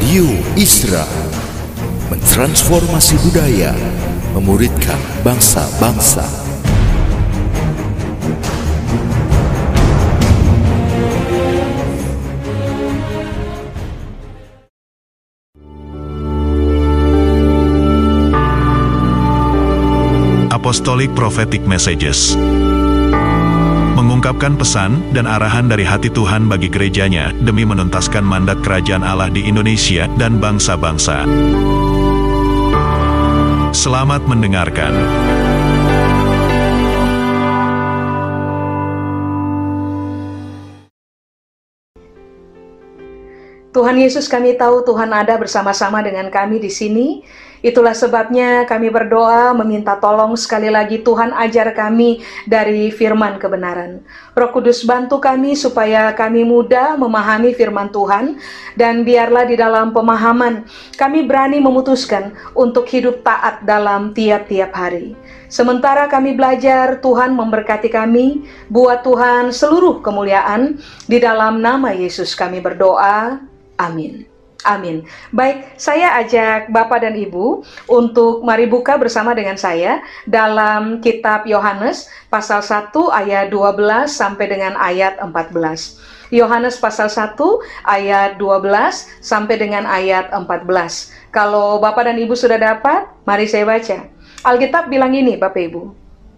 Radio Isra mentransformasi budaya, memuridkan bangsa-bangsa. Apostolic Prophetic Messages mengungkapkan pesan dan arahan dari hati Tuhan bagi gerejanya demi menuntaskan mandat kerajaan Allah di Indonesia dan bangsa-bangsa. Selamat mendengarkan. Tuhan Yesus, kami tahu Tuhan ada bersama-sama dengan kami di sini. Itulah sebabnya kami berdoa meminta tolong sekali lagi Tuhan ajar kami dari firman kebenaran. Roh Kudus bantu kami supaya kami mudah memahami firman Tuhan, dan biarlah di dalam pemahaman kami berani memutuskan untuk hidup taat dalam tiap-tiap hari. Sementara kami belajar, Tuhan memberkati kami. Buat Tuhan seluruh kemuliaan. Di dalam nama Yesus kami berdoa. Amin. Amin. Baik, saya ajak Bapak dan Ibu untuk mari buka bersama dengan saya dalam kitab Yohanes pasal 1 ayat 12 sampai dengan ayat 14. Yohanes pasal 1 ayat 12 sampai dengan ayat 14. Kalau Bapak dan Ibu sudah dapat, mari saya baca. Alkitab bilang ini, Bapak Ibu.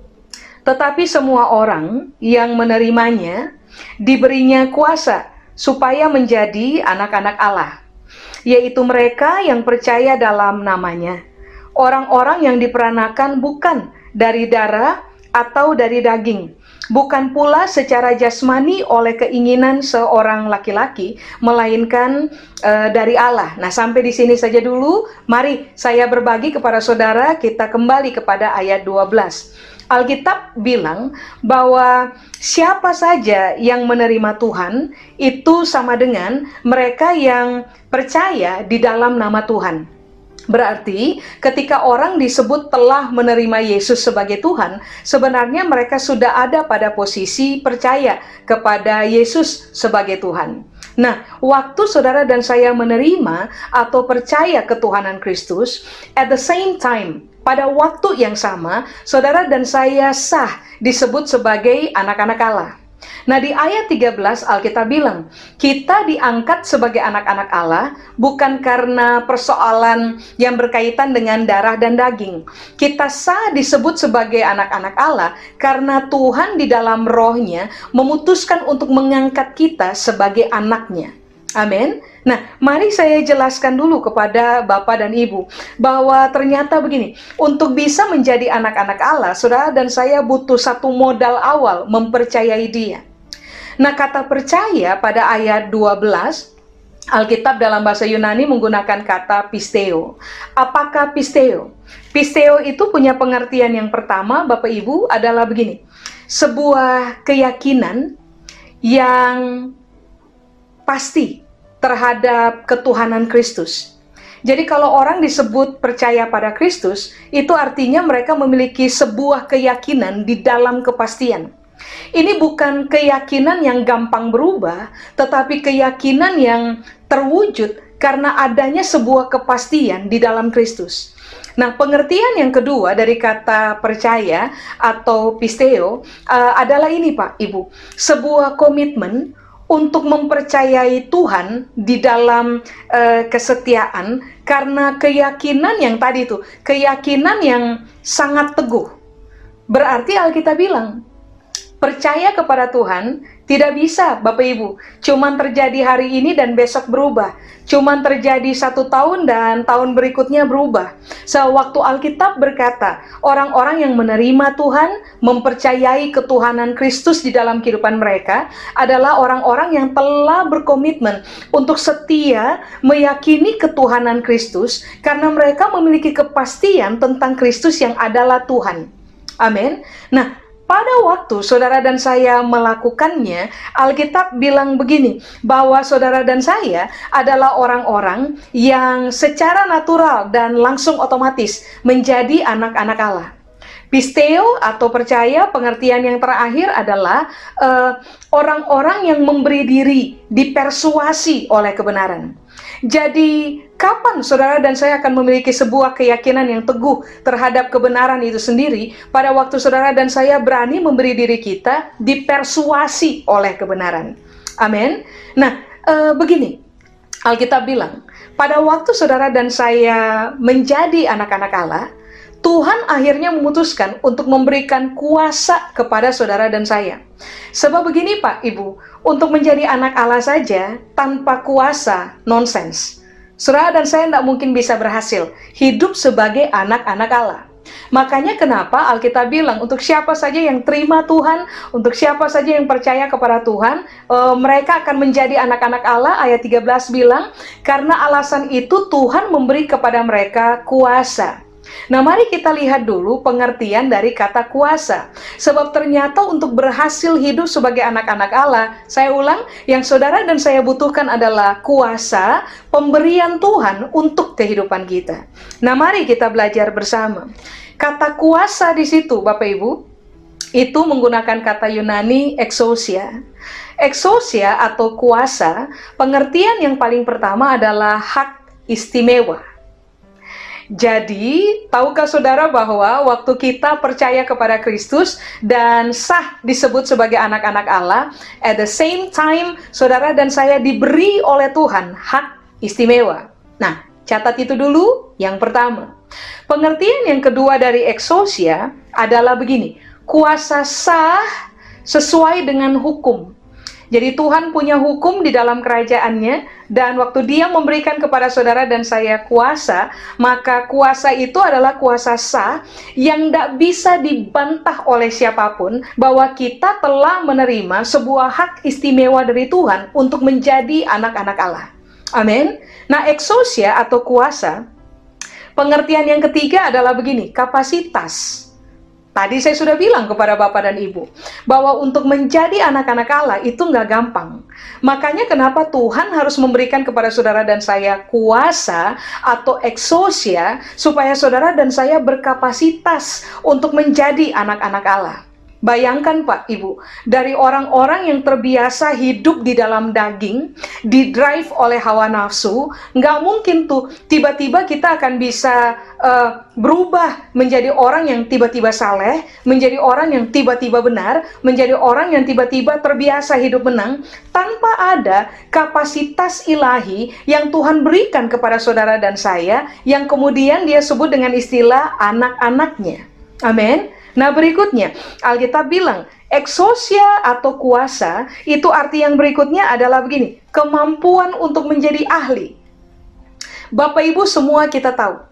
Tetapi semua orang yang menerimanya diberinya kuasa supaya menjadi anak-anak Allah, yaitu mereka yang percaya dalam namanya. Orang-orang yang diperanakan bukan dari darah atau dari daging, bukan pula secara jasmani oleh keinginan seorang laki-laki, melainkan dari Allah. Nah, sampai di sini saja dulu. Mari saya berbagi kepada saudara, kita kembali kepada ayat 12. Alkitab bilang bahwa siapa saja yang menerima Tuhan itu sama dengan mereka yang percaya di dalam nama Tuhan. Berarti ketika orang disebut telah menerima Yesus sebagai Tuhan, sebenarnya mereka sudah ada pada posisi percaya kepada Yesus sebagai Tuhan. Nah, waktu saudara dan saya menerima atau percaya ketuhanan Kristus, at the same time, pada waktu yang sama, saudara dan saya sah disebut sebagai anak-anak Allah. Nah, di ayat 13 Alkitab bilang, kita diangkat sebagai anak-anak Allah bukan karena persoalan yang berkaitan dengan darah dan daging. Kita sah disebut sebagai anak-anak Allah karena Tuhan di dalam rohnya memutuskan untuk mengangkat kita sebagai anaknya. Amin. Nah, mari saya jelaskan dulu kepada Bapak dan Ibu bahwa ternyata begini, untuk bisa menjadi anak-anak Allah, saudara dan saya butuh satu modal awal, mempercayai Dia. Nah, kata percaya pada ayat 12, Alkitab dalam bahasa Yunani menggunakan kata pisteo. Apakah pisteo? Pisteo itu punya pengertian yang pertama, Bapak Ibu, adalah begini. Sebuah keyakinan yang pasti terhadap ketuhanan Kristus. Jadi kalau orang disebut percaya pada Kristus, itu artinya mereka memiliki sebuah keyakinan di dalam kepastian. Ini bukan keyakinan yang gampang berubah, tetapi keyakinan yang terwujud karena adanya sebuah kepastian di dalam Kristus. Nah, pengertian yang kedua dari kata percaya atau pisteo adalah ini, Pak, Ibu. Sebuah komitmen untuk mempercayai Tuhan di dalam kesetiaan karena keyakinan yang tadi itu, keyakinan yang sangat teguh. Berarti Alkitab bilang, percaya kepada Tuhan tidak bisa, Bapak Ibu, cuman terjadi hari ini dan besok berubah. Cuman terjadi 1 tahun dan tahun berikutnya berubah. Sewaktu Alkitab berkata, orang-orang yang menerima Tuhan, mempercayai ketuhanan Kristus di dalam kehidupan mereka, adalah orang-orang yang telah berkomitmen untuk setia meyakini ketuhanan Kristus, karena mereka memiliki kepastian tentang Kristus yang adalah Tuhan. Amin. Nah, pada waktu saudara dan saya melakukannya, Alkitab bilang begini, bahwa saudara dan saya adalah orang-orang yang secara natural dan langsung otomatis menjadi anak-anak Allah. Pisteo atau percaya, pengertian yang terakhir adalah orang-orang yang memberi diri, dipersuasi oleh kebenaran. Jadi, kapan saudara dan saya akan memiliki sebuah keyakinan yang teguh terhadap kebenaran itu sendiri? Pada waktu saudara dan saya berani memberi diri kita dipersuasi oleh kebenaran. Amin. Nah, begini, Alkitab bilang, pada waktu saudara dan saya menjadi anak-anak Allah, Tuhan akhirnya memutuskan untuk memberikan kuasa kepada saudara dan saya. Sebab begini Pak, Ibu, untuk menjadi anak Allah saja tanpa kuasa, nonsens. Saudara dan saya tidak mungkin bisa berhasil hidup sebagai anak-anak Allah. Makanya kenapa Alkitab bilang untuk siapa saja yang terima Tuhan, untuk siapa saja yang percaya kepada Tuhan, mereka akan menjadi anak-anak Allah. Ayat 13 bilang, karena alasan itu Tuhan memberi kepada mereka kuasa. Nah, mari kita lihat dulu pengertian dari kata kuasa. Sebab ternyata untuk berhasil hidup sebagai anak-anak Allah, saya ulang, yang saudara dan saya butuhkan adalah kuasa, pemberian Tuhan untuk kehidupan kita. Nah, mari kita belajar bersama. Kata kuasa di situ, Bapak Ibu, itu menggunakan kata Yunani exousia. Exousia atau kuasa, pengertian yang paling pertama adalah hak istimewa. Jadi, tahukah saudara bahwa waktu kita percaya kepada Kristus dan sah disebut sebagai anak-anak Allah, at the same time, saudara dan saya diberi oleh Tuhan hak istimewa. Nah, catat itu dulu, yang pertama. Pengertian yang kedua dari exousia adalah begini, kuasa sah sesuai dengan hukum. Jadi Tuhan punya hukum di dalam kerajaannya, dan waktu Dia memberikan kepada saudara dan saya kuasa, maka kuasa itu adalah kuasa sah yang tidak bisa dibantah oleh siapapun, bahwa kita telah menerima sebuah hak istimewa dari Tuhan untuk menjadi anak-anak Allah. Amin. Nah, exousia atau kuasa, pengertian yang ketiga adalah begini, kapasitas. Tadi saya sudah bilang kepada Bapak dan Ibu, bahwa untuk menjadi anak-anak Allah itu nggak gampang. Makanya kenapa Tuhan harus memberikan kepada saudara dan saya kuasa atau exousia, supaya saudara dan saya berkapasitas untuk menjadi anak-anak Allah. Bayangkan Pak, Ibu, dari orang-orang yang terbiasa hidup di dalam daging, didrive oleh hawa nafsu, nggak mungkin tuh tiba-tiba kita akan bisa berubah menjadi orang yang tiba-tiba saleh, menjadi orang yang tiba-tiba benar, menjadi orang yang tiba-tiba terbiasa hidup menang, tanpa ada kapasitas ilahi yang Tuhan berikan kepada saudara dan saya, yang kemudian Dia sebut dengan istilah anak-anaknya. Amin. Nah, berikutnya, Alkitab bilang, exousia atau kuasa, itu arti yang berikutnya adalah begini, kemampuan untuk menjadi ahli. Bapak Ibu semua kita tahu,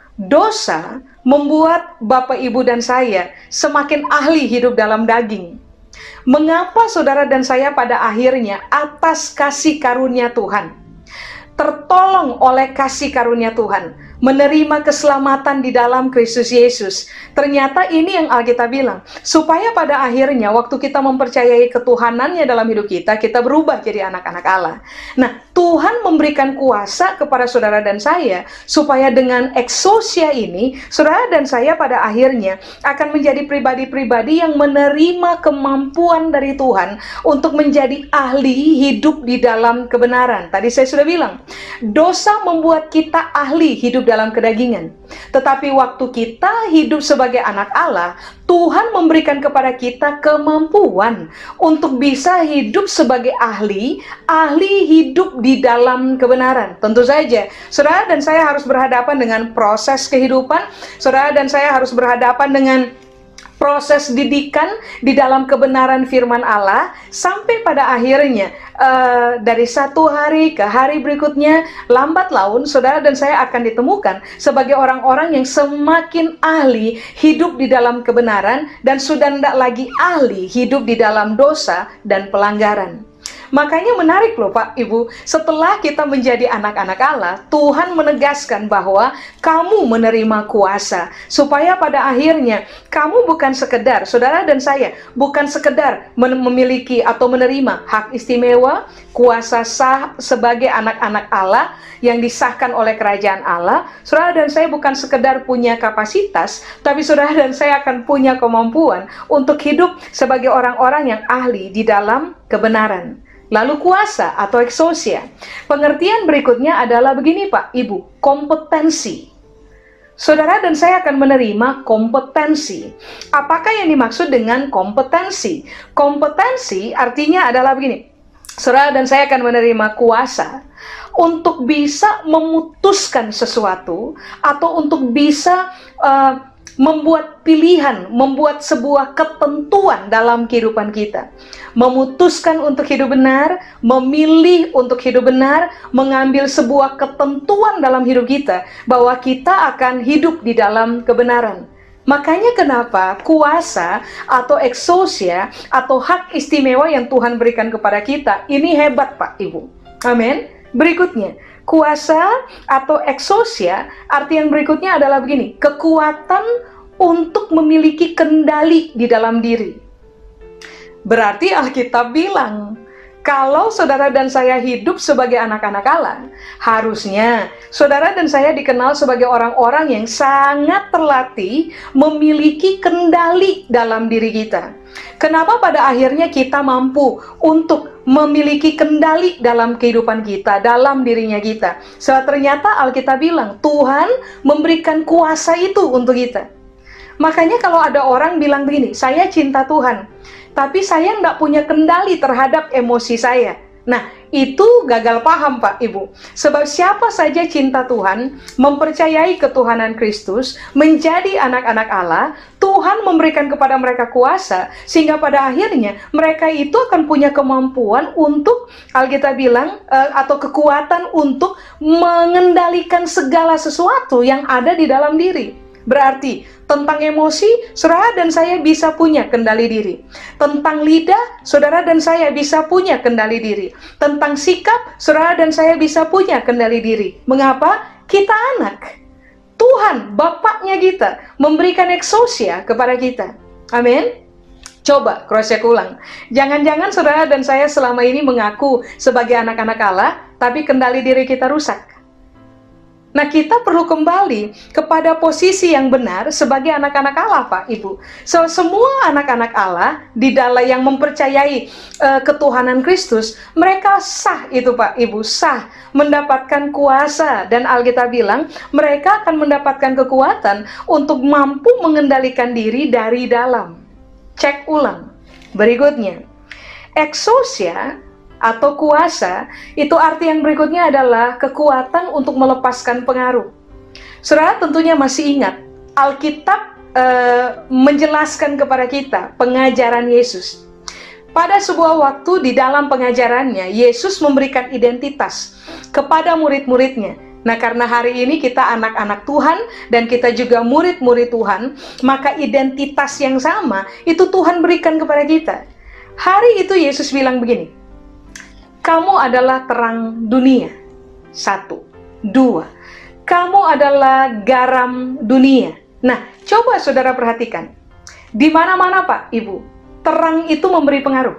dosa membuat Bapak Ibu dan saya semakin ahli hidup dalam daging. Mengapa saudara dan saya pada akhirnya atas kasih karunia Tuhan, tertolong oleh kasih karunia Tuhan, menerima keselamatan di dalam Kristus Yesus. Ternyata ini yang Alkitab bilang, supaya pada akhirnya waktu kita mempercayai ketuhanannya dalam hidup kita, kita berubah jadi anak-anak Allah. Nah, Tuhan memberikan kuasa kepada saudara dan saya, supaya dengan exousia ini, saudara dan saya pada akhirnya akan menjadi pribadi-pribadi yang menerima kemampuan dari Tuhan untuk menjadi ahli hidup di dalam kebenaran. Tadi saya sudah bilang, dosa membuat kita ahli hidup dalam kedagingan. Tetapi waktu kita hidup sebagai anak Allah, Tuhan memberikan kepada kita kemampuan untuk bisa hidup sebagai ahli hidup di dalam kebenaran. Tentu saja, saudara dan saya harus berhadapan dengan proses kehidupan, saudara dan saya harus berhadapan dengan proses didikan di dalam kebenaran firman Allah, sampai pada akhirnya dari satu hari ke hari berikutnya, lambat laun saudara dan saya akan ditemukan sebagai orang-orang yang semakin ahli hidup di dalam kebenaran, dan sudah tidak lagi ahli hidup di dalam dosa dan pelanggaran. Makanya menarik loh Pak, Ibu, setelah kita menjadi anak-anak Allah, Tuhan menegaskan bahwa kamu menerima kuasa, supaya pada akhirnya kamu bukan sekedar, saudara dan saya, bukan sekedar memiliki atau menerima hak istimewa, kuasa sah sebagai anak-anak Allah yang disahkan oleh kerajaan Allah. Saudara dan saya bukan sekedar punya kapasitas, tapi saudara dan saya akan punya kemampuan untuk hidup sebagai orang-orang yang ahli di dalam kebenaran. Lalu kuasa atau exousia. Pengertian berikutnya adalah begini Pak, Ibu, kompetensi. Saudara dan saya akan menerima kompetensi. Apakah yang dimaksud dengan kompetensi? Kompetensi artinya adalah begini. Saudara dan saya akan menerima kuasa untuk bisa memutuskan sesuatu atau untuk bisa membuat pilihan, membuat sebuah ketentuan dalam kehidupan kita. Memutuskan untuk hidup benar, memilih untuk hidup benar, mengambil sebuah ketentuan dalam hidup kita bahwa kita akan hidup di dalam kebenaran. Makanya kenapa kuasa atau exousia atau hak istimewa yang Tuhan berikan kepada kita ini hebat Pak Ibu. Amin. Berikutnya, kuasa atau exousia, arti yang berikutnya adalah begini, kekuatan untuk memiliki kendali di dalam diri. Berarti Alkitab bilang, kalau saudara dan saya hidup sebagai anak-anak Allah, harusnya saudara dan saya dikenal sebagai orang-orang yang sangat terlatih memiliki kendali dalam diri kita. Kenapa pada akhirnya kita mampu untuk memiliki kendali dalam kehidupan kita, dalam dirinya kita? Sebab ternyata Alkitab bilang, Tuhan memberikan kuasa itu untuk kita. Makanya kalau ada orang bilang begini, saya cinta Tuhan, tapi saya nggak punya kendali terhadap emosi saya. Nah, itu gagal paham Pak Ibu. Sebab siapa saja cinta Tuhan, mempercayai ketuhanan Kristus, menjadi anak-anak Allah, Tuhan memberikan kepada mereka kuasa, sehingga pada akhirnya mereka itu akan punya kemampuan untuk, Alkitab bilang, atau kekuatan untuk mengendalikan segala sesuatu yang ada di dalam diri. Berarti, tentang emosi, saudara dan saya bisa punya kendali diri. Tentang lidah, saudara dan saya bisa punya kendali diri. Tentang sikap, saudara dan saya bisa punya kendali diri. Mengapa? Kita anak. Tuhan, Bapaknya kita, memberikan exousia kepada kita. Amin. Coba cross check ulang. Jangan-jangan saudara dan saya selama ini mengaku sebagai anak-anak Allah, tapi kendali diri kita rusak. Nah, kita perlu kembali kepada posisi yang benar sebagai anak-anak Allah, Pak Ibu. So, semua anak-anak Allah di dalam yang mempercayai ketuhanan Kristus, mereka sah itu, Pak Ibu, sah mendapatkan kuasa. Dan Alkitab bilang, mereka akan mendapatkan kekuatan untuk mampu mengendalikan diri dari dalam. Cek ulang. Berikutnya, exousia atau kuasa, itu arti yang berikutnya adalah kekuatan untuk melepaskan pengaruh. Saudara tentunya masih ingat, Alkitab menjelaskan kepada kita pengajaran Yesus. Pada sebuah waktu di dalam pengajarannya, Yesus memberikan identitas kepada murid-muridnya. Nah, karena hari ini kita anak-anak Tuhan dan kita juga murid-murid Tuhan, maka identitas yang sama itu Tuhan berikan kepada kita. Hari itu Yesus bilang begini, kamu adalah terang dunia. 1. 2. Kamu adalah garam dunia. Nah, coba saudara perhatikan. Di mana-mana Pak, Ibu, terang itu memberi pengaruh.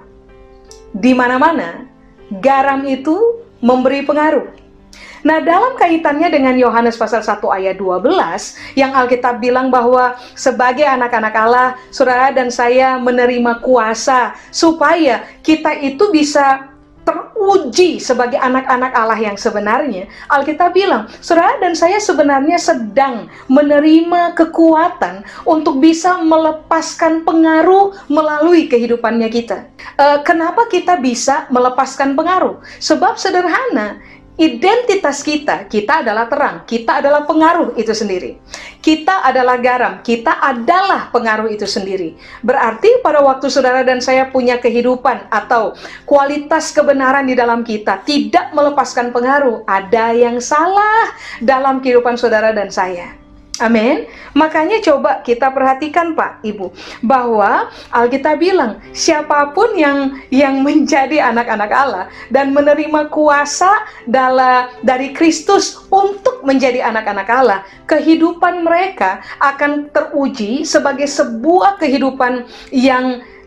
Di mana-mana, garam itu memberi pengaruh. Nah, dalam kaitannya dengan Yohanes pasal 1 ayat 12, yang Alkitab bilang bahwa sebagai anak-anak Allah, saudara dan saya menerima kuasa, supaya kita itu bisa teruji sebagai anak-anak Allah yang sebenarnya. Alkitab bilang, saudara dan saya sebenarnya sedang menerima kekuatan untuk bisa melepaskan pengaruh melalui kehidupannya kita. Kenapa kita bisa melepaskan pengaruh? Sebab sederhana, identitas kita adalah terang, kita adalah pengaruh itu sendiri. Kita adalah garam, kita adalah pengaruh itu sendiri. Berarti pada waktu saudara dan saya punya kehidupan atau kualitas kebenaran di dalam kita tidak melepaskan pengaruh, ada yang salah dalam kehidupan saudara dan saya. Amin. Makanya coba kita perhatikan Pak Ibu, bahwa Alkitab bilang siapapun yang menjadi anak-anak Allah dan menerima kuasa dari Kristus untuk menjadi anak-anak Allah, kehidupan mereka akan teruji sebagai sebuah kehidupan yang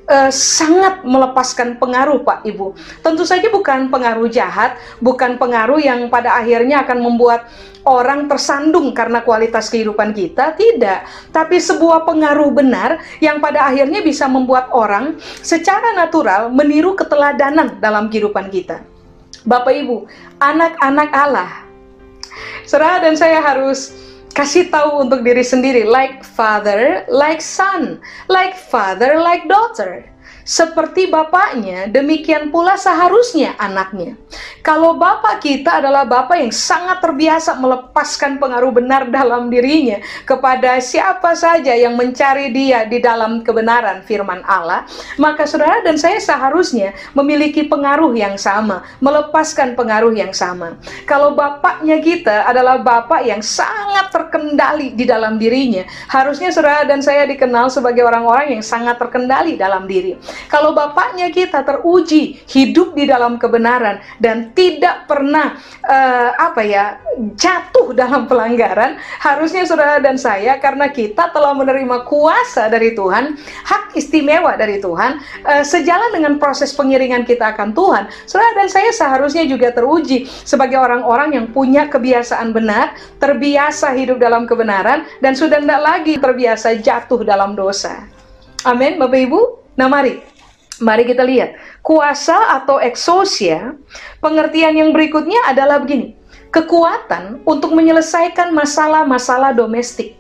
sangat melepaskan pengaruh, Pak Ibu. Tentu saja bukan pengaruh jahat, bukan pengaruh yang pada akhirnya akan membuat orang tersandung karena kualitas kehidupan kita, tidak. Tapi sebuah pengaruh benar yang pada akhirnya bisa membuat orang secara natural meniru keteladanan dalam kehidupan kita. Bapak Ibu, anak-anak Allah, saudara dan saya harus kasih tahu untuk diri sendiri, like father, like son, like father, like daughter. Seperti bapaknya, demikian pula seharusnya anaknya. Kalau bapak kita adalah bapak yang sangat terbiasa melepaskan pengaruh benar dalam dirinya kepada siapa saja yang mencari dia di dalam kebenaran firman Allah, maka saudara dan saya seharusnya memiliki pengaruh yang sama, melepaskan pengaruh yang sama. Kalau bapaknya kita adalah bapak yang sangat terkendali di dalam dirinya, harusnya saudara dan saya dikenal sebagai orang-orang yang sangat terkendali dalam diri. Kalau bapaknya kita teruji hidup di dalam kebenaran dan tidak pernah jatuh dalam pelanggaran, harusnya saudara dan saya, karena kita telah menerima kuasa dari Tuhan, hak istimewa dari Tuhan, sejalan dengan proses pengiringan kita akan Tuhan, saudara dan saya seharusnya juga teruji sebagai orang-orang yang punya kebiasaan benar, terbiasa hidup dalam kebenaran, dan sudah tidak lagi terbiasa jatuh dalam dosa. Amin, Bapak Ibu. Nah, mari kita lihat. Kuasa atau exousia, pengertian yang berikutnya adalah begini. Kekuatan untuk menyelesaikan masalah-masalah domestik.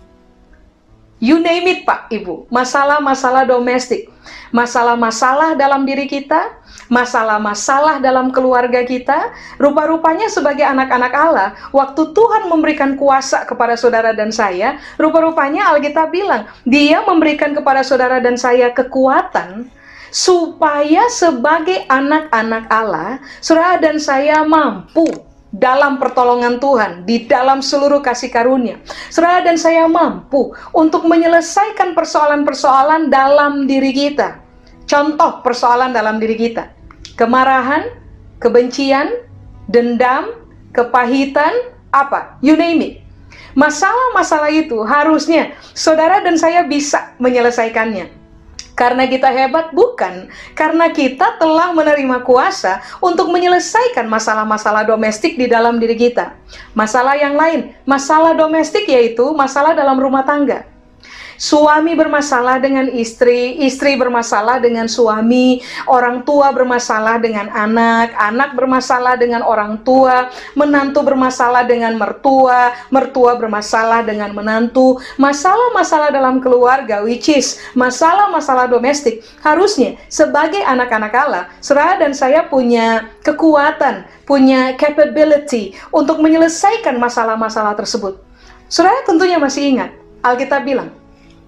You name it, Pak, Ibu. Masalah-masalah domestik. Masalah-masalah dalam diri kita, masalah-masalah dalam keluarga kita. Rupa-rupanya sebagai anak-anak Allah, waktu Tuhan memberikan kuasa kepada saudara dan saya, rupa-rupanya Alkitab bilang, Dia memberikan kepada saudara dan saya kekuatan supaya sebagai anak-anak Allah, saudara dan saya mampu dalam pertolongan Tuhan, di dalam seluruh kasih karunia. Saudara dan saya mampu untuk menyelesaikan persoalan-persoalan dalam diri kita. Contoh persoalan dalam diri kita: kemarahan, kebencian, dendam, kepahitan, you name it. Masalah-masalah itu harusnya saudara dan saya bisa menyelesaikannya. Karena kita hebat? Bukan. Karena kita telah menerima kuasa untuk menyelesaikan masalah-masalah domestik di dalam diri kita. Masalah yang lain, masalah domestik yaitu masalah dalam rumah tangga. Suami bermasalah dengan istri, istri bermasalah dengan suami, orang tua bermasalah dengan anak, anak bermasalah dengan orang tua, menantu bermasalah dengan mertua, mertua bermasalah dengan menantu. Masalah-masalah dalam keluarga, which is masalah-masalah domestik, harusnya sebagai anak-anak Allah, saudara dan saya punya kekuatan, punya capability untuk menyelesaikan masalah-masalah tersebut. Saudara tentunya masih ingat, Alkitab bilang,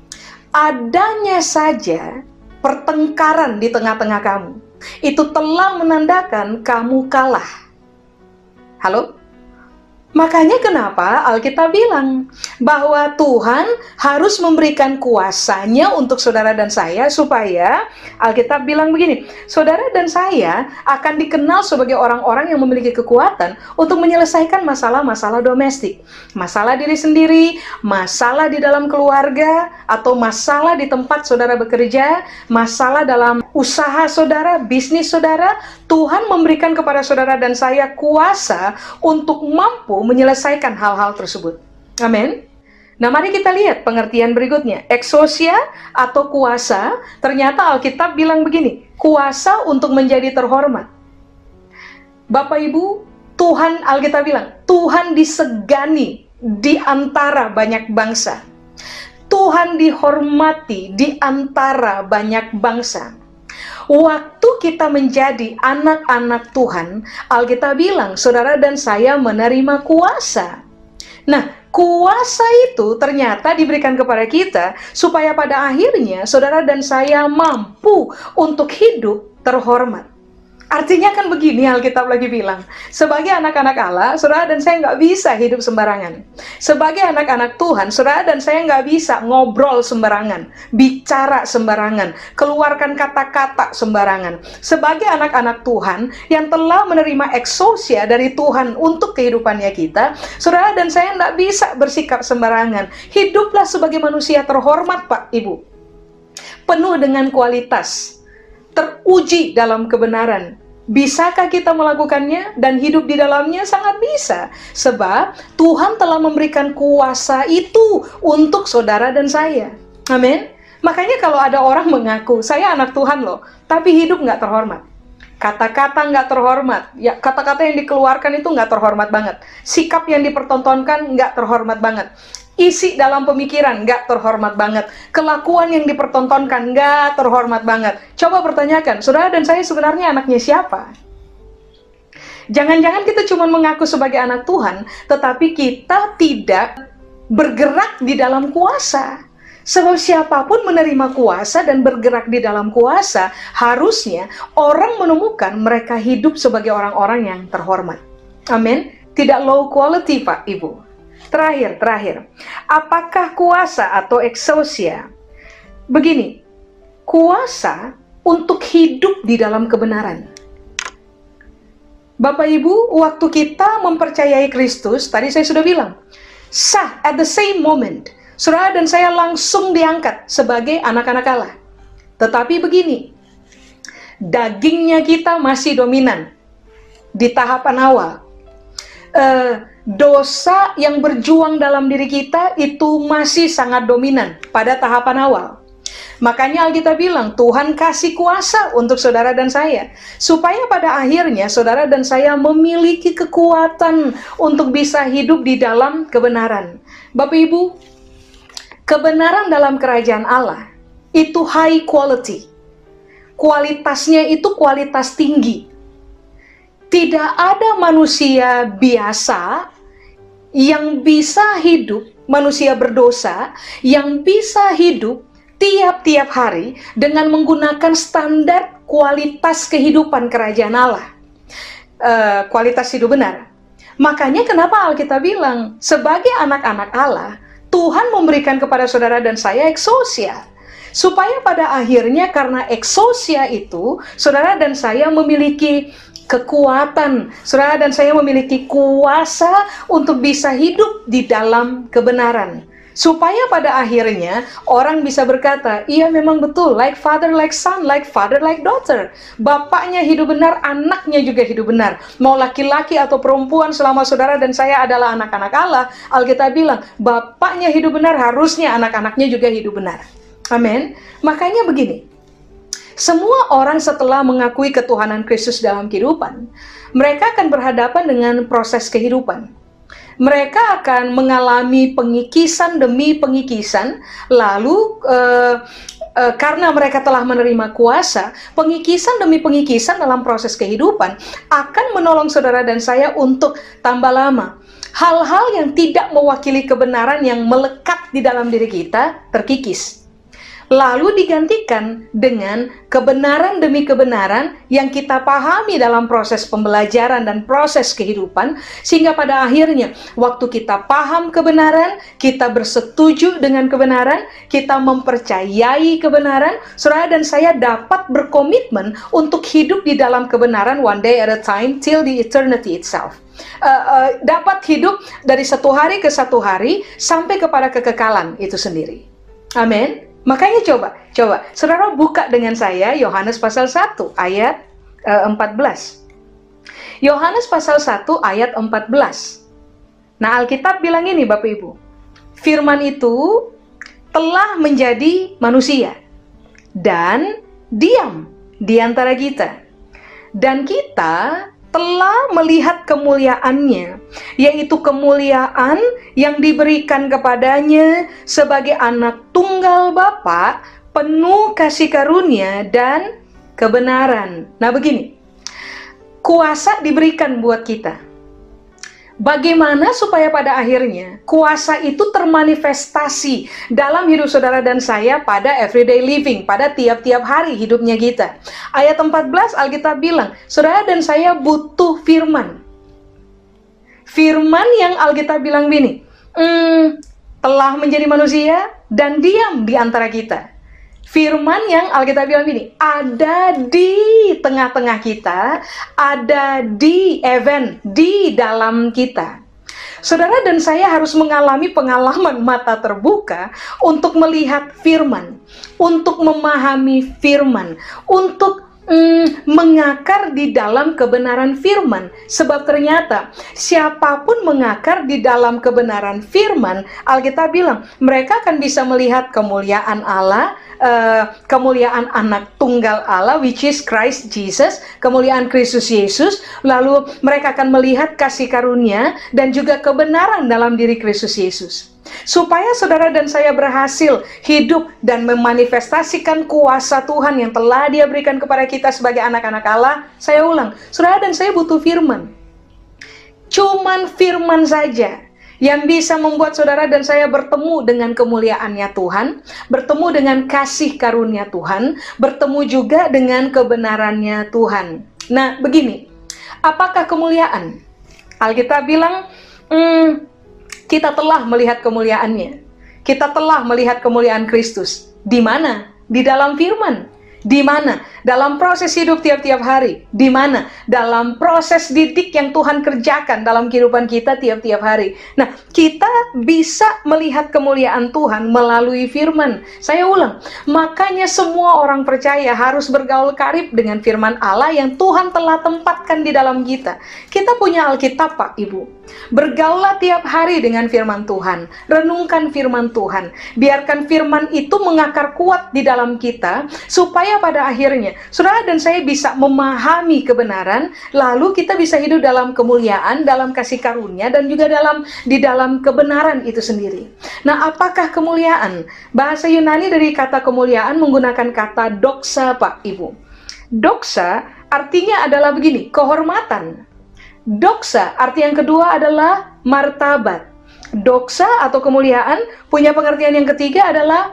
adanya saja pertengkaran di tengah-tengah kamu, itu telah menandakan kamu kalah. Halo? Makanya kenapa Alkitab bilang bahwa Tuhan harus memberikan kuasanya untuk saudara dan saya, supaya Alkitab bilang begini, saudara dan saya akan dikenal sebagai orang-orang yang memiliki kekuatan untuk menyelesaikan masalah-masalah domestik. Masalah diri sendiri, masalah di dalam keluarga, atau masalah di tempat saudara bekerja, masalah dalam usaha saudara, bisnis saudara. Tuhan memberikan kepada saudara dan saya kuasa untuk mampu menyelesaikan hal-hal tersebut. Amin. Nah, mari kita lihat pengertian berikutnya. Exousia atau kuasa, ternyata Alkitab bilang begini, kuasa untuk menjadi terhormat. Bapak Ibu, Tuhan, Alkitab bilang, Tuhan disegani di antara banyak bangsa. Tuhan dihormati di antara banyak bangsa. Waktu kita menjadi anak-anak Tuhan, Alkitab bilang, saudara dan saya menerima kuasa. Nah, kuasa itu ternyata diberikan kepada kita, supaya pada akhirnya saudara dan saya mampu untuk hidup terhormat. Artinya kan begini, Alkitab lagi bilang, sebagai anak-anak Allah, saudara dan saya nggak bisa hidup sembarangan. Sebagai anak-anak Tuhan, saudara dan saya nggak bisa ngobrol sembarangan, bicara sembarangan, keluarkan kata-kata sembarangan. Sebagai anak-anak Tuhan yang telah menerima exousia dari Tuhan untuk kehidupannya kita, saudara dan saya nggak bisa bersikap sembarangan. Hiduplah sebagai manusia terhormat, Pak, Ibu. penuh dengan kualitas, teruji dalam kebenaran. Bisakah kita melakukannya dan hidup di dalamnya? Sangat bisa. Sebab Tuhan telah memberikan kuasa itu untuk saudara dan saya. Amin. Makanya kalau ada orang mengaku, saya anak Tuhan loh, tapi hidup nggak terhormat. Kata-kata nggak terhormat. Ya, kata-kata yang dikeluarkan itu nggak terhormat banget. Sikap yang dipertontonkan nggak terhormat banget. Isi dalam pemikiran nggak terhormat banget. Kelakuan yang dipertontonkan nggak terhormat banget. Coba pertanyakan, saudara dan saya sebenarnya anaknya siapa? Jangan-jangan kita cuma mengaku sebagai anak Tuhan, tetapi kita tidak bergerak di dalam kuasa. Sebab siapapun menerima kuasa dan bergerak di dalam kuasa, harusnya orang menemukan mereka hidup sebagai orang-orang yang terhormat. Amin. Tidak low quality, Pak, Ibu. Terakhir. Apakah kuasa atau exousia? Begini, kuasa untuk hidup di dalam kebenaran. Bapak Ibu, waktu kita mempercayai Kristus, tadi saya sudah bilang, sah, at the same moment, saudara dan saya langsung diangkat sebagai anak-anak Allah. Tetapi begini, dagingnya kita masih dominan di tahapan awal. Dosa yang berjuang dalam diri kita itu masih sangat dominan pada tahapan awal. Makanya Alkitab bilang, Tuhan kasih kuasa untuk saudara dan saya, supaya pada akhirnya saudara dan saya memiliki kekuatan untuk bisa hidup di dalam kebenaran. Bapak Ibu, kebenaran dalam kerajaan Allah itu high quality. Kualitasnya itu kualitas tinggi. Tidak ada manusia biasa yang bisa hidup, manusia berdosa, yang bisa hidup tiap-tiap hari dengan menggunakan standar kualitas kehidupan kerajaan Allah. Kualitas hidup benar. Makanya kenapa Alkitab bilang, sebagai anak-anak Allah, Tuhan memberikan kepada saudara dan saya exousia. Supaya pada akhirnya karena exousia itu, saudara dan saya memiliki kekuatan, saudara dan saya memiliki kuasa untuk bisa hidup di dalam kebenaran. Supaya pada akhirnya orang bisa berkata, iya memang betul, like father, like son, like father, like daughter. Bapaknya hidup benar, anaknya juga hidup benar. Mau laki-laki atau perempuan, selama saudara dan saya adalah anak-anak Allah, Alkitab bilang, bapaknya hidup benar, harusnya anak-anaknya juga hidup benar. Amin. Makanya begini, semua orang setelah mengakui ketuhanan Kristus dalam kehidupan, mereka akan berhadapan dengan proses kehidupan. Mereka akan mengalami pengikisan demi pengikisan, lalu karena mereka telah menerima kuasa, pengikisan demi pengikisan dalam proses kehidupan akan menolong saudara dan saya untuk tambah lama. Hal-hal yang tidak mewakili kebenaran yang melekat di dalam diri kita terkikis. Lalu digantikan dengan kebenaran demi kebenaran yang kita pahami dalam proses pembelajaran dan proses kehidupan, sehingga pada akhirnya waktu kita paham kebenaran, kita bersetuju dengan kebenaran, kita mempercayai kebenaran, saudara dan saya dapat berkomitmen untuk hidup di dalam kebenaran one day at a time till the eternity itself. Dapat hidup dari satu hari ke satu hari sampai kepada kekekalan itu sendiri. Amin. Makanya coba, saudara buka dengan saya Yohanes pasal 1 ayat 14. Yohanes pasal 1 ayat 14. Nah, Alkitab bilang ini Bapak Ibu, firman itu telah menjadi manusia dan diam di antara kita. Dan kita telah melihat kemuliaannya, yaitu kemuliaan yang diberikan kepadanya sebagai anak tunggal Bapa, penuh kasih karunia dan kebenaran. Nah begini, kuasa diberikan buat kita. Bagaimana supaya pada akhirnya kuasa itu termanifestasi dalam hidup saudara dan saya pada everyday living, pada tiap-tiap hari hidupnya kita. Ayat 14 Alkitab bilang, saudara dan saya butuh firman. Firman yang Alkitab bilang gini, telah menjadi manusia dan diam di antara kita. Firman yang Alkitab bilang gini, ada di tengah-tengah kita, ada di event, di dalam kita. Saudara dan saya harus mengalami pengalaman mata terbuka untuk melihat firman, untuk memahami firman, untuk mengakar di dalam kebenaran firman. Sebab ternyata siapapun mengakar di dalam kebenaran firman, Alkitab bilang mereka akan bisa melihat kemuliaan Allah, kemuliaan anak tunggal Allah, which is Christ Jesus, kemuliaan Kristus Yesus. Lalu mereka akan melihat kasih karunia dan juga kebenaran dalam diri Kristus Yesus. Supaya saudara dan saya berhasil hidup dan memanifestasikan kuasa Tuhan yang telah Dia berikan kepada kita sebagai anak-anak Allah. Saya ulang, saudara dan saya butuh firman. Cuman firman saja yang bisa membuat saudara dan saya bertemu dengan kemuliaannya Tuhan, bertemu dengan kasih karunia Tuhan, bertemu juga dengan kebenarannya Tuhan. Nah, begini, apakah kemuliaan? Alkitab bilang, kita telah melihat kemuliaannya. Kita telah melihat kemuliaan Kristus. Di mana? Di dalam firman. Di mana? Dalam proses hidup tiap-tiap hari. Di mana? Dalam proses didik yang Tuhan kerjakan dalam kehidupan kita tiap-tiap hari. Nah, kita bisa melihat kemuliaan Tuhan melalui firman. Saya ulang, makanya semua orang percaya harus bergaul karib dengan firman Allah yang Tuhan telah tempatkan di dalam kita. Kita punya Alkitab, Pak, Ibu. Bergaulah tiap hari dengan firman Tuhan. Renungkan firman Tuhan. Biarkan firman itu mengakar kuat di dalam kita, supaya pada akhirnya saudara dan saya bisa memahami kebenaran, lalu kita bisa hidup dalam kemuliaan, dalam kasih karunia, dan juga di dalam kebenaran itu sendiri. Nah, apakah kemuliaan? Bahasa Yunani dari kata kemuliaan menggunakan kata doxa, Pak, Ibu. Doxa artinya adalah begini, kehormatan. Doxa arti yang kedua adalah martabat. Doxa atau kemuliaan punya pengertian yang ketiga adalah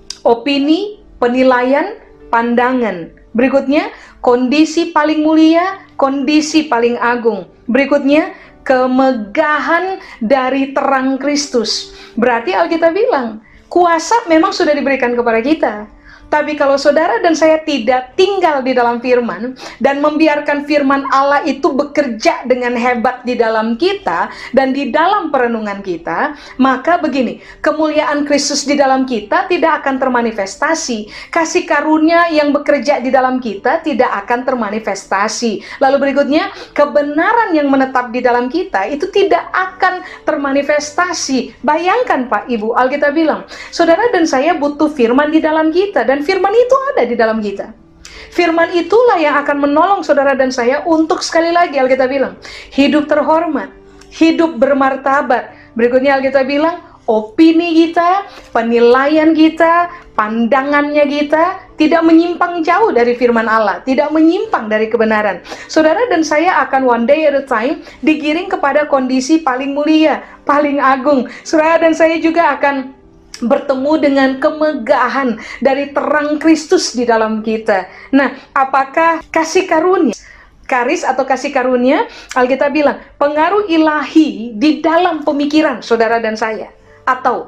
opini, penilaian, pandangan. Berikutnya, kondisi paling mulia, kondisi paling agung. Berikutnya, kemegahan dari terang Kristus. Berarti Alkitab bilang, kuasa memang sudah diberikan kepada kita. Tapi kalau saudara dan saya tidak tinggal di dalam firman dan membiarkan firman Allah itu bekerja dengan hebat di dalam kita dan di dalam perenungan kita, maka begini, kemuliaan Kristus di dalam kita tidak akan termanifestasi. Kasih karunia yang bekerja di dalam kita tidak akan termanifestasi. Lalu berikutnya, kebenaran yang menetap di dalam kita itu tidak akan termanifestasi. Bayangkan, Pak, Ibu, Alkitab bilang, saudara dan saya butuh firman di dalam kita, dan firman itu ada di dalam kita. Firman itulah yang akan menolong saudara dan saya untuk, sekali lagi Alkitab bilang, hidup terhormat, hidup bermartabat. Berikutnya Alkitab bilang, opini kita, penilaian kita, pandangannya kita tidak menyimpang jauh dari firman Allah, tidak menyimpang dari kebenaran. Saudara dan saya akan one day at a time digiring kepada kondisi paling mulia, paling agung. Saudara dan saya juga akan bertemu dengan kemegahan dari terang Kristus di dalam kita. Nah, apakah kasih karunia? Karis atau kasih karunia, Alkitab bilang, pengaruh ilahi di dalam pemikiran saudara dan saya. Atau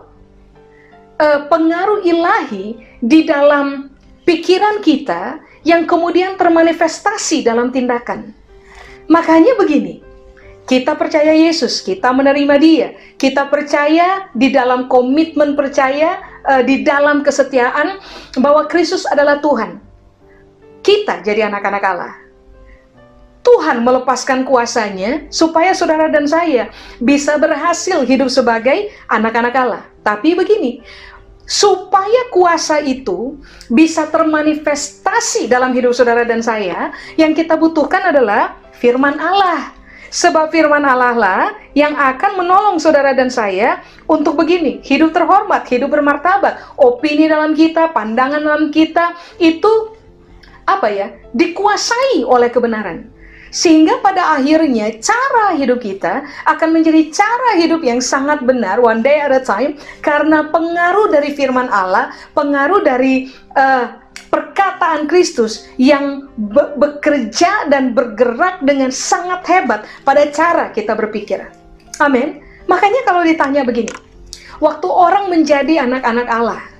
pengaruh ilahi di dalam pikiran kita yang kemudian termanifestasi dalam tindakan. Makanya begini, kita percaya Yesus, kita menerima Dia, kita percaya di dalam komitmen percaya, di dalam kesetiaan bahwa Kristus adalah Tuhan. Kita jadi anak-anak Allah. Tuhan melepaskan kuasanya supaya saudara dan saya bisa berhasil hidup sebagai anak-anak Allah. Tapi begini, supaya kuasa itu bisa termanifestasi dalam hidup saudara dan saya, yang kita butuhkan adalah firman Allah. Sebab firman Allah lah yang akan menolong saudara dan saya untuk begini, hidup terhormat, hidup bermartabat, opini dalam kita, pandangan dalam kita, itu dikuasai oleh kebenaran. Sehingga pada akhirnya cara hidup kita akan menjadi cara hidup yang sangat benar, one day at a time, karena pengaruh dari firman Allah, pengaruh dari perkataan Kristus yang bekerja dan bergerak dengan sangat hebat pada cara kita berpikir. Amin. Makanya kalau ditanya begini, waktu orang menjadi anak-anak Allah,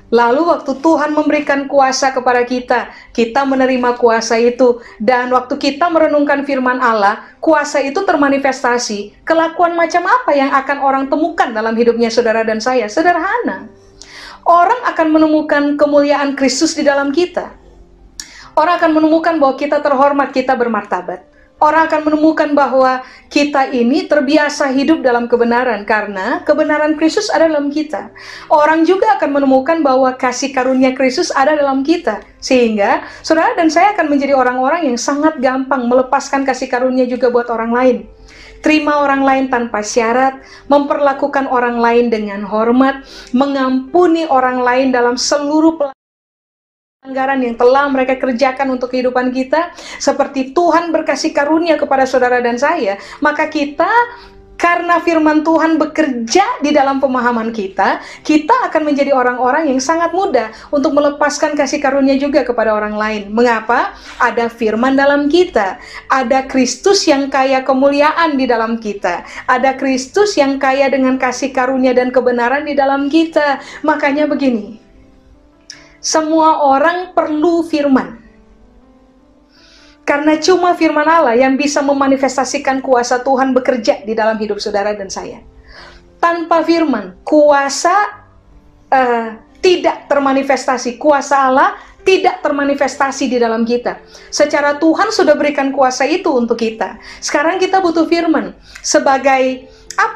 Lalu waktu Tuhan memberikan kuasa kepada kita, kita menerima kuasa itu. Dan waktu kita merenungkan firman Allah, kuasa itu termanifestasi. Kelakuan macam apa yang akan orang temukan dalam hidupnya saudara dan saya? Sederhana. Orang akan menemukan kemuliaan Kristus di dalam kita. Orang akan menemukan bahwa kita terhormat, kita bermartabat. Orang akan menemukan bahwa kita ini terbiasa hidup dalam kebenaran karena kebenaran Kristus ada dalam kita. Orang juga akan menemukan bahwa kasih karunia Kristus ada dalam kita. Sehingga saudara dan saya akan menjadi orang-orang yang sangat gampang melepaskan kasih karunia juga buat orang lain. Terima orang lain tanpa syarat, memperlakukan orang lain dengan hormat, mengampuni orang lain dalam seluruh pelanggaran yang telah mereka kerjakan untuk kehidupan kita, seperti Tuhan berkasih karunia kepada saudara dan saya, maka kita, karena firman Tuhan bekerja di dalam pemahaman kita, kita akan menjadi orang-orang yang sangat mudah untuk melepaskan kasih karunia juga kepada orang lain. Mengapa? Ada firman dalam kita, ada Kristus yang kaya kemuliaan di dalam kita, ada Kristus yang kaya dengan kasih karunia dan kebenaran di dalam kita. Makanya begini, semua orang perlu firman. Karena cuma firman Allah yang bisa memanifestasikan kuasa Tuhan bekerja di dalam hidup saudara dan saya. Tanpa firman, kuasa tidak termanifestasi. Kuasa Allah tidak termanifestasi di dalam kita. Secara Tuhan sudah berikan kuasa itu untuk kita. Sekarang kita butuh firman sebagai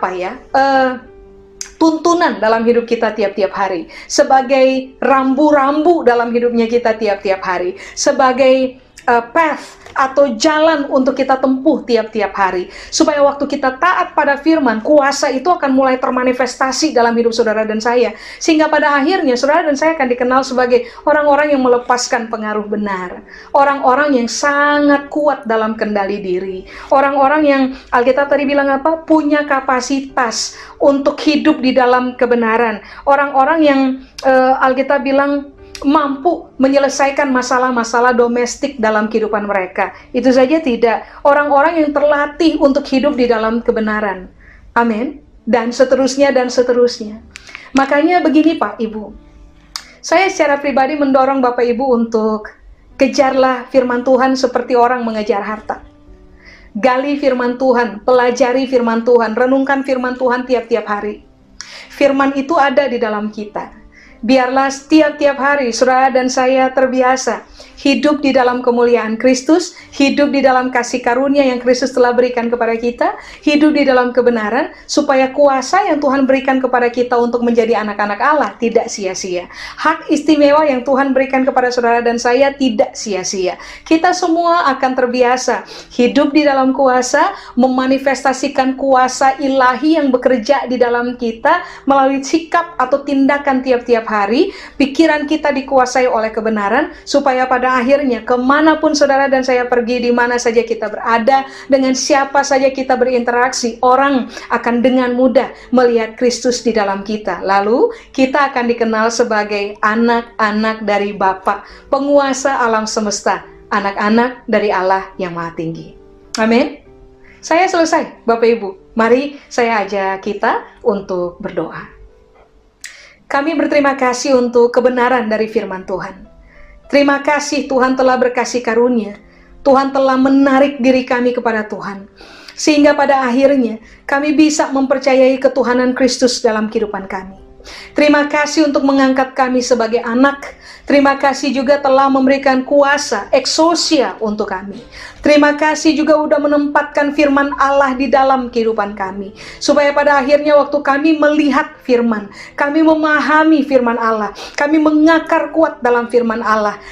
tuntunan dalam hidup kita tiap-tiap hari, sebagai rambu-rambu dalam hidupnya kita tiap-tiap hari, sebagai path atau jalan untuk kita tempuh tiap-tiap hari, supaya waktu kita taat pada firman, kuasa itu akan mulai termanifestasi dalam hidup saudara dan saya, sehingga pada akhirnya saudara dan saya akan dikenal sebagai orang-orang yang melepaskan pengaruh benar, orang-orang yang sangat kuat dalam kendali diri, orang-orang yang Alkitab tadi bilang apa? Punya kapasitas untuk hidup di dalam kebenaran, orang-orang yang Alkitab bilang mampu menyelesaikan masalah-masalah domestik dalam kehidupan mereka. Itu saja tidak. Orang-orang yang terlatih untuk hidup di dalam kebenaran. Amin. Dan seterusnya dan seterusnya. Makanya begini Pak, Ibu. Saya secara pribadi mendorong Bapak Ibu untuk kejarlah firman Tuhan seperti orang mengejar harta. Gali firman Tuhan, pelajari firman Tuhan, renungkan firman Tuhan tiap-tiap hari. Firman itu ada di dalam kita. Biarlah setiap-tiap hari saudara dan saya terbiasa hidup di dalam kemuliaan Kristus, hidup di dalam kasih karunia yang Kristus telah berikan kepada kita, hidup di dalam kebenaran, supaya kuasa yang Tuhan berikan kepada kita untuk menjadi anak-anak Allah tidak sia-sia. Hak istimewa yang Tuhan berikan kepada saudara dan saya tidak sia-sia. Kita semua akan terbiasa hidup di dalam kuasa, memanifestasikan kuasa ilahi yang bekerja di dalam kita melalui sikap atau tindakan tiap-tiap hari. Pikiran kita dikuasai oleh kebenaran, supaya pada akhirnya kemanapun saudara dan saya pergi, di mana saja kita berada, dengan siapa saja kita berinteraksi, orang akan dengan mudah melihat Kristus di dalam kita. Lalu kita akan dikenal sebagai anak-anak dari Bapa, penguasa alam semesta, anak-anak dari Allah yang Maha Tinggi. Amin. Saya selesai, Bapak Ibu. Mari saya ajak kita untuk berdoa. Kami berterima kasih untuk kebenaran dari firman Tuhan. Terima kasih Tuhan telah berkasih karunia. Tuhan telah menarik diri kami kepada Tuhan. Sehingga pada akhirnya kami bisa mempercayai ketuhanan Kristus dalam kehidupan kami. Terima kasih untuk mengangkat kami sebagai anak. Terima kasih juga telah memberikan kuasa, exousia untuk kami. Terima kasih juga sudah menempatkan firman Allah di dalam kehidupan kami. Supaya pada akhirnya waktu kami melihat firman, kami memahami firman Allah, kami mengakar kuat dalam firman Allah.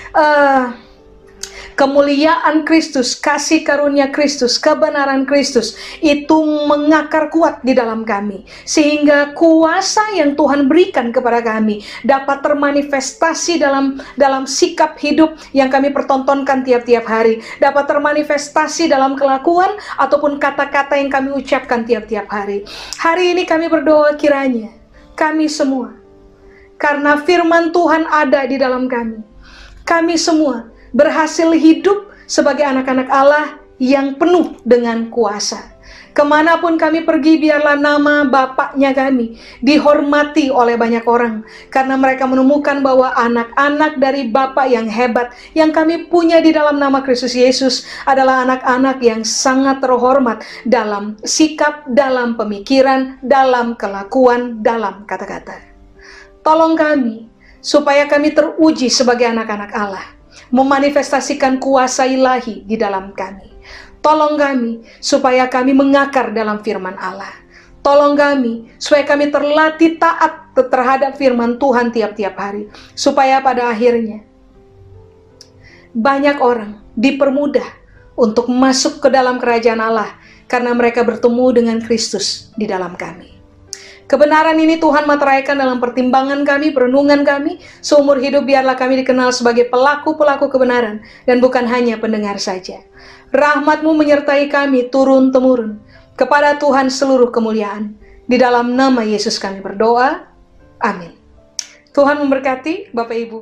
Kemuliaan Kristus, kasih karunia Kristus, kebenaran Kristus itu mengakar kuat di dalam kami, sehingga kuasa yang Tuhan berikan kepada kami dapat termanifestasi dalam sikap hidup yang kami pertontonkan tiap-tiap hari, dapat termanifestasi dalam kelakuan ataupun kata-kata yang kami ucapkan tiap-tiap hari. Hari ini kami berdoa kiranya kami semua, karena firman Tuhan ada di dalam kami semua berhasil hidup sebagai anak-anak Allah yang penuh dengan kuasa. Kemanapun kami pergi, biarlah nama Bapaknya kami dihormati oleh banyak orang, karena mereka menemukan bahwa anak-anak dari Bapa yang hebat yang kami punya di dalam nama Kristus Yesus adalah anak-anak yang sangat terhormat dalam sikap, dalam pemikiran, dalam kelakuan, dalam kata-kata. Tolong kami supaya kami teruji sebagai anak-anak Allah, memanifestasikan kuasa ilahi di dalam kami. Tolong kami supaya kami mengakar dalam firman Allah. Tolong kami supaya kami terlatih taat terhadap firman Tuhan tiap-tiap hari, supaya pada akhirnya banyak orang dipermudah untuk masuk ke dalam kerajaan Allah karena mereka bertemu dengan Kristus di dalam kami. Kebenaran ini Tuhan materaikan dalam pertimbangan kami, perenungan kami, seumur hidup biarlah kami dikenal sebagai pelaku-pelaku kebenaran dan bukan hanya pendengar saja. Rahmat-Mu menyertai kami turun-temurun. Kepada Tuhan seluruh kemuliaan. Di dalam nama Yesus kami berdoa. Amin. Tuhan memberkati Bapak Ibu.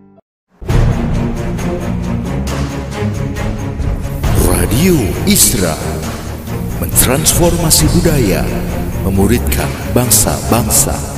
Radio Isra mentransformasi budaya, memuridkan bangsa-bangsa.